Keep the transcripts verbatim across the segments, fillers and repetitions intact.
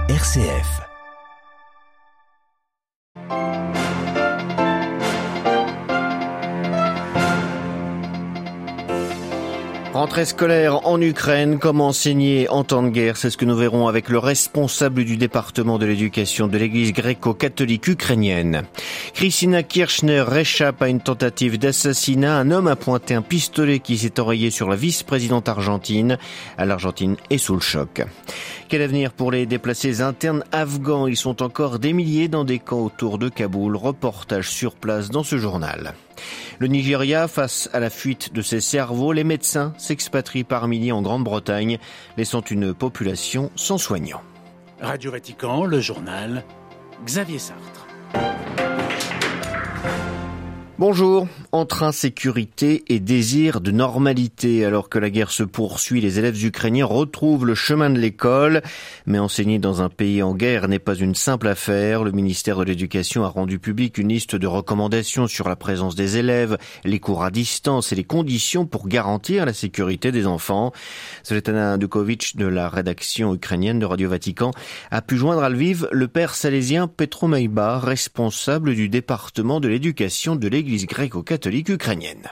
R C F. Rentrée scolaire en Ukraine, comment enseigner en temps de guerre, c'est ce que nous verrons avec le responsable du département de l'éducation de l'église gréco-catholique ukrainienne. Kristina Kirchner réchappe à une tentative d'assassinat. Un homme a pointé un pistolet qui s'est enrayé sur la vice-présidente argentine. L'Argentine est sous le choc. Quel avenir pour les déplacés internes afghans? Ils sont encore des milliers dans des camps autour de Kaboul. Reportage sur place dans ce journal. Le Nigeria, face à la fuite de ses cerveaux, les médecins s'expatrient par milliers en Grande-Bretagne, laissant une population sans soignants. Radio Vatican, le journal, Xavier Sartre. Bonjour. Entre insécurité et désir de normalité, alors que la guerre se poursuit, les élèves ukrainiens retrouvent le chemin de l'école. Mais enseigner dans un pays en guerre n'est pas une simple affaire. Le ministère de l'Éducation a rendu public une liste de recommandations sur la présence des élèves, les cours à distance et les conditions pour garantir la sécurité des enfants. Svetlana Dukovic de la rédaction ukrainienne de Radio Vatican a pu joindre à Lviv le père salésien Petro Meiba, responsable du département de l'éducation de l'église gréco-catholique ukrainienne.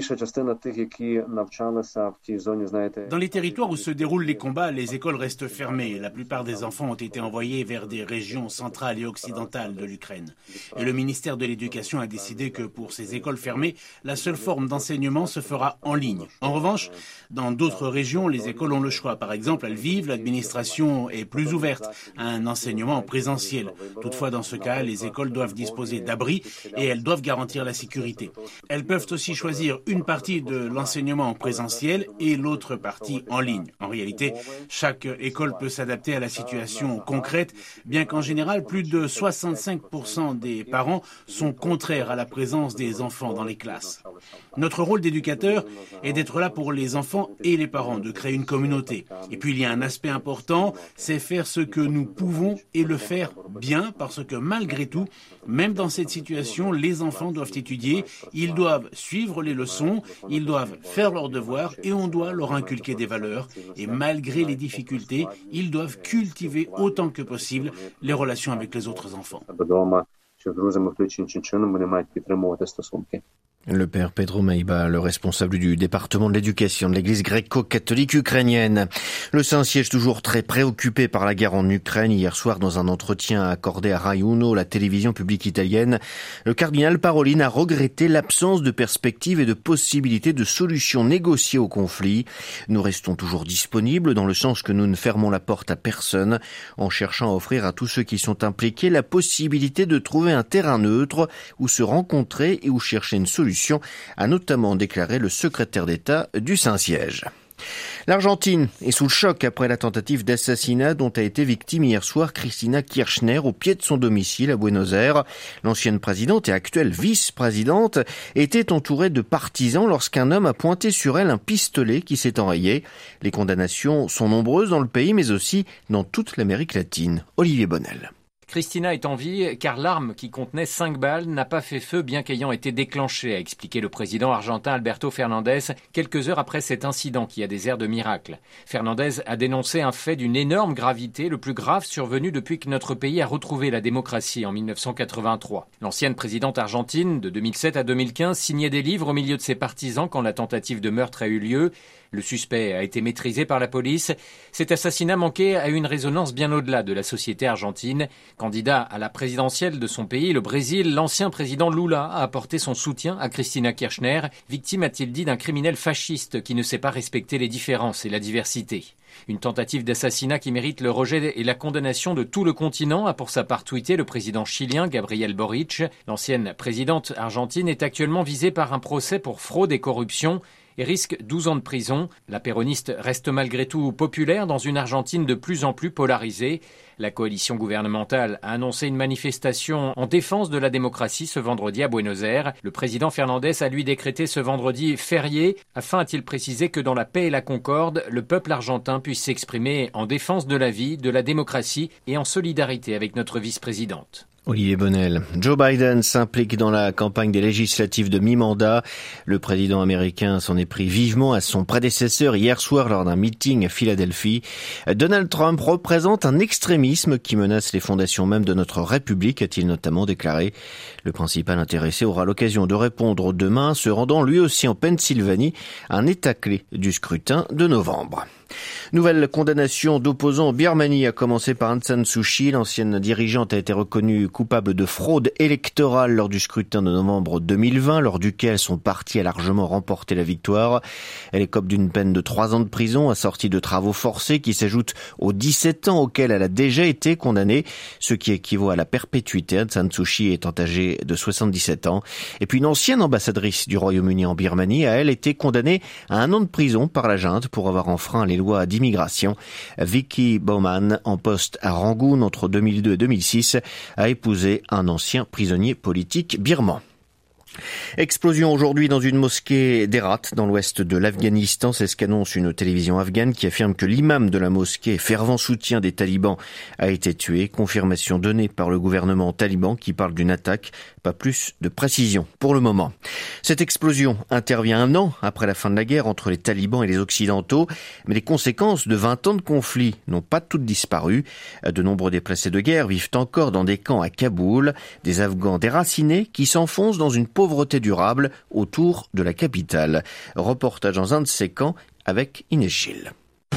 Dans les territoires où se déroulent les combats, les écoles restent fermées. La plupart des enfants ont été envoyés vers des régions centrales et occidentales de l'Ukraine. Et le ministère de l'Éducation a décidé que pour ces écoles fermées, la seule forme d'enseignement se fera en ligne. En revanche, dans d'autres régions, les écoles ont le choix. Par exemple, à Lviv, l'administration est plus ouverte à un enseignement en présentiel. Toutefois, dans ce cas, les écoles doivent disposer d'abris et elles doivent garantir la sécurité. Elles peuvent aussi choisir une partie de l'enseignement en présentiel et l'autre partie en ligne. En réalité, chaque école peut s'adapter à la situation concrète, bien qu'en général, plus de soixante-cinq pour cent des parents sont contraires à la présence des enfants dans les classes. Notre rôle d'éducateur est d'être là pour les enfants et les parents, de créer une communauté. Et puis il y a un aspect important, c'est faire ce que nous pouvons et le faire bien, parce que malgré tout, même dans cette situation, les enfants doivent étudier, ils doivent suivre les leçons, ils doivent faire leurs devoirs et on doit leur inculquer des valeurs. Et malgré les difficultés, ils doivent cultiver autant que possible les relations avec les autres enfants. Le père Petro Meiba, le responsable du département de l'éducation de l'église gréco-catholique ukrainienne. Le Saint-Siège toujours très préoccupé par la guerre en Ukraine. Hier soir, dans un entretien accordé à Rai Uno, la télévision publique italienne, le cardinal Parolin a regretté l'absence de perspectives et de possibilités de solutions négociées au conflit. Nous restons toujours disponibles dans le sens que nous ne fermons la porte à personne, en cherchant à offrir à tous ceux qui sont impliqués la possibilité de trouver un terrain neutre où se rencontrer et où chercher une solution, a notamment déclaré le secrétaire d'État du Saint-Siège. L'Argentine est sous le choc après la tentative d'assassinat dont a été victime hier soir Kristina Kirchner au pied de son domicile à Buenos Aires. L'ancienne présidente et actuelle vice-présidente était entourée de partisans lorsqu'un homme a pointé sur elle un pistolet qui s'est enrayé. Les condamnations sont nombreuses dans le pays mais aussi dans toute l'Amérique latine. Olivier Bonnel. Kristina est en vie car l'arme qui contenait cinq balles n'a pas fait feu bien qu'ayant été déclenchée, a expliqué le président argentin Alberto Fernandez quelques heures après cet incident qui a des airs de miracle. Fernandez a dénoncé un fait d'une énorme gravité, le plus grave survenu depuis que notre pays a retrouvé la démocratie en mille neuf cent quatre-vingt-trois. L'ancienne présidente argentine, de deux mille sept à deux mille quinze, signait des livres au milieu de ses partisans quand la tentative de meurtre a eu lieu. Le suspect a été maîtrisé par la police. Cet assassinat manquait à une résonance bien au-delà de la société argentine. Candidat à la présidentielle de son pays, le Brésil, l'ancien président Lula a apporté son soutien à Kristina Kirchner, victime, a-t-il dit, d'un criminel fasciste qui ne sait pas respecter les différences et la diversité. Une tentative d'assassinat qui mérite le rejet et la condamnation de tout le continent, a pour sa part tweeté le président chilien Gabriel Boric. L'ancienne présidente argentine est actuellement visée par un procès pour fraude et corruption et risque douze ans de prison. La péroniste reste malgré tout populaire dans une Argentine de plus en plus polarisée. La coalition gouvernementale a annoncé une manifestation en défense de la démocratie ce vendredi à Buenos Aires. Le président Fernandez a lui décrété ce vendredi férié afin, a-t-il précisé, que dans la paix et la concorde, le peuple argentin puisse s'exprimer en défense de la vie, de la démocratie et en solidarité avec notre vice-présidente. Olivier Bonnel. Joe Biden s'implique dans la campagne des législatives de mi-mandat. Le président américain s'en est pris vivement à son prédécesseur hier soir lors d'un meeting à Philadelphie. Donald Trump représente un extrémisme qui menace les fondations même de notre République, a-t-il notamment déclaré. Le principal intéressé aura l'occasion de répondre demain, se rendant lui aussi en Pennsylvanie, un état clé du scrutin de novembre. Nouvelle condamnation d'opposants en Birmanie, à commencer par Aung San Suu Kyi. L'ancienne dirigeante a été reconnue coupable de fraude électorale lors du scrutin de novembre deux mille vingt, lors duquel son parti a largement remporté la victoire. Elle écope d'une peine de trois ans de prison, assortie de travaux forcés qui s'ajoutent aux dix-sept ans auxquels elle a déjà été condamnée, ce qui équivaut à la perpétuité. Aung San Suu Kyi étant âgée de soixante-dix-sept ans. Et puis une ancienne ambassadrice du Royaume-Uni en Birmanie a, elle, été condamnée à un an de prison par la junte pour avoir enfreint les lois d'immigration. Vicky Bowman, en poste à Rangoon entre deux mille deux et deux mille six, a épousé un ancien prisonnier politique birman. Explosion aujourd'hui dans une mosquée d'Herat, dans l'ouest de l'Afghanistan. C'est ce qu'annonce une télévision afghane qui affirme que l'imam de la mosquée, fervent soutien des talibans, a été tué. Confirmation donnée par le gouvernement taliban qui parle d'une attaque. Pas plus de précision pour le moment. Cette explosion intervient un an après la fin de la guerre entre les talibans et les occidentaux. Mais les conséquences de vingt ans de conflit n'ont pas toutes disparu. De nombreux déplacés de guerre vivent encore dans des camps à Kaboul. Des Afghans déracinés qui s'enfoncent dans une pauvreté durable autour de la capitale. Reportage dans un de ces camps avec Inès Gilles.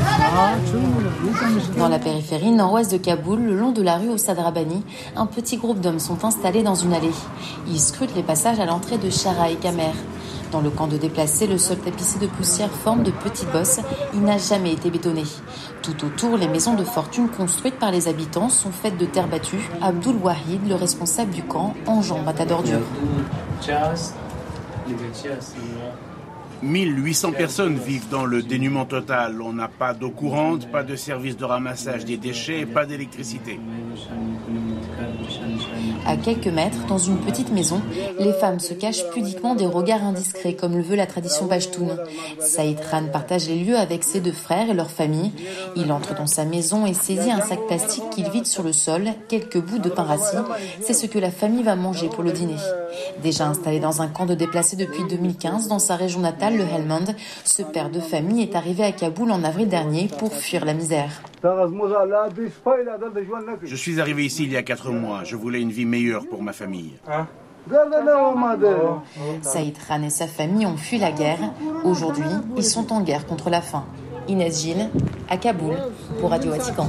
Dans la périphérie nord-ouest de Kaboul, le long de la rue au Sadrabani, un petit groupe d'hommes sont installés dans une allée. Ils scrutent les passages à l'entrée de Shara et Kamer. Dans le camp de déplacés, le sol tapissé de poussière forme de petits bosses. Il n'a jamais été bétonné. Tout autour, les maisons de fortune construites par les habitants sont faites de terre battue. Abdul Wahid, le responsable du camp, enjambe un tas d'ordures. mille huit cents personnes vivent dans le dénuement total. On n'a pas d'eau courante, pas de service de ramassage des déchets, pas d'électricité. À quelques mètres, dans une petite maison, les femmes se cachent pudiquement des regards indiscrets, comme le veut la tradition pachtoune. Saïd Khan partage les lieux avec ses deux frères et leur famille. Il entre dans sa maison et saisit un sac plastique qu'il vide sur le sol, quelques bouts de pain rassis. C'est ce que la famille va manger pour le dîner. Déjà installé dans un camp de déplacés depuis deux mille quinze, dans sa région natale, le Helmand, ce père de famille est arrivé à Kaboul en avril dernier pour fuir la misère. Je suis arrivé ici il y a quatre mois. Je voulais une vie meilleure pour ma famille. Saïd Khan et sa famille ont fui la guerre. Aujourd'hui, ils sont en guerre contre la faim. Inès Gilles, à Kaboul, pour Radio Vatican.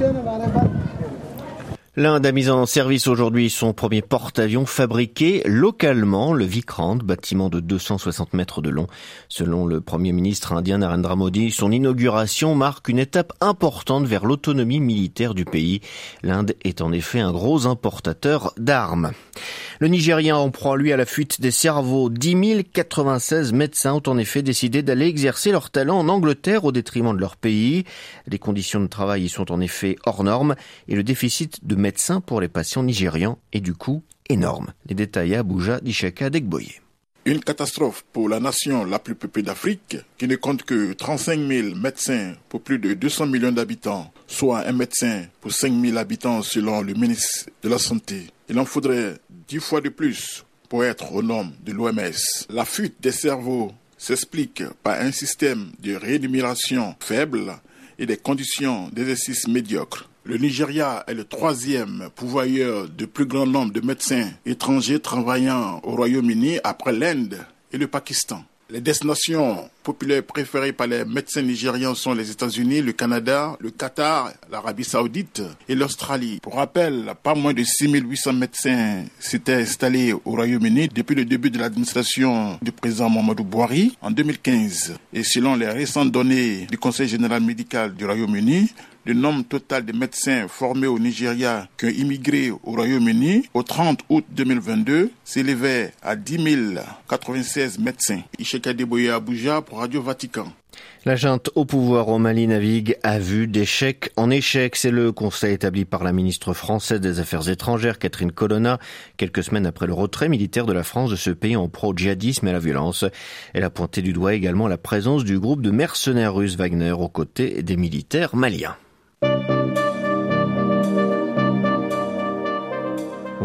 L'Inde a mis en service aujourd'hui son premier porte-avions fabriqué localement, le Vikrant, bâtiment de deux cent soixante mètres de long. Selon le Premier ministre indien Narendra Modi, son inauguration marque une étape importante vers l'autonomie militaire du pays. L'Inde est en effet un gros importateur d'armes. Le Nigeria en proie, lui, à la fuite des cerveaux. dix mille quatre-vingt-seize médecins ont en effet décidé d'aller exercer leur talent en Angleterre au détriment de leur pays. Les conditions de travail y sont en effet hors normes et le déficit de médecins pour les patients nigérians est du coup énorme. Les détails à Abuja d'Ishaka Degboye. Une catastrophe pour la nation la plus peuplée d'Afrique, qui ne compte que trente-cinq mille médecins pour plus de deux cents millions d'habitants, soit un médecin pour cinq mille habitants selon le ministre de la Santé. Il en faudrait dix fois de plus pour être aux normes de l'O M S. La fuite des cerveaux s'explique par un système de rémunération faible et des conditions d'exercice médiocres. Le Nigeria est le troisième pourvoyeur de plus grand nombre de médecins étrangers travaillant au Royaume-Uni après l'Inde et le Pakistan. Les destinations populaires préférées par les médecins nigérians sont les États-Unis, le Canada, le Qatar, l'Arabie Saoudite et l'Australie. Pour rappel, pas moins de six mille huit cents médecins s'étaient installés au Royaume-Uni depuis le début de l'administration du président Muhammadu Buhari en deux mille quinze. Et selon les récentes données du Conseil général médical du Royaume-Uni, le nombre total de médecins formés au Nigeria qui ont immigré au Royaume-Uni au trente août deux mille vingt-deux s'élevait à dix mille quatre-vingt-seize médecins. Isheka Deboye, Abuja pour Radio Vatican. La junte au pouvoir au Mali navigue à vue d'échec en échec. C'est le constat établi par la ministre française des Affaires étrangères, Catherine Colonna, quelques semaines après le retrait militaire de la France de ce pays en proie au djihadisme et à la violence. Elle a pointé du doigt également la présence du groupe de mercenaires russes Wagner aux côtés des militaires maliens. Voilà.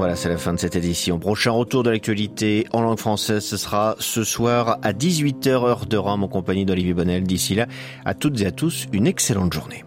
Voilà, c'est la fin de cette édition. Prochain retour de l'actualité en langue française, ce sera ce soir à dix-huit heures heure de Rome en compagnie d'Olivier Bonnel. D'ici là, à toutes et à tous, une excellente journée.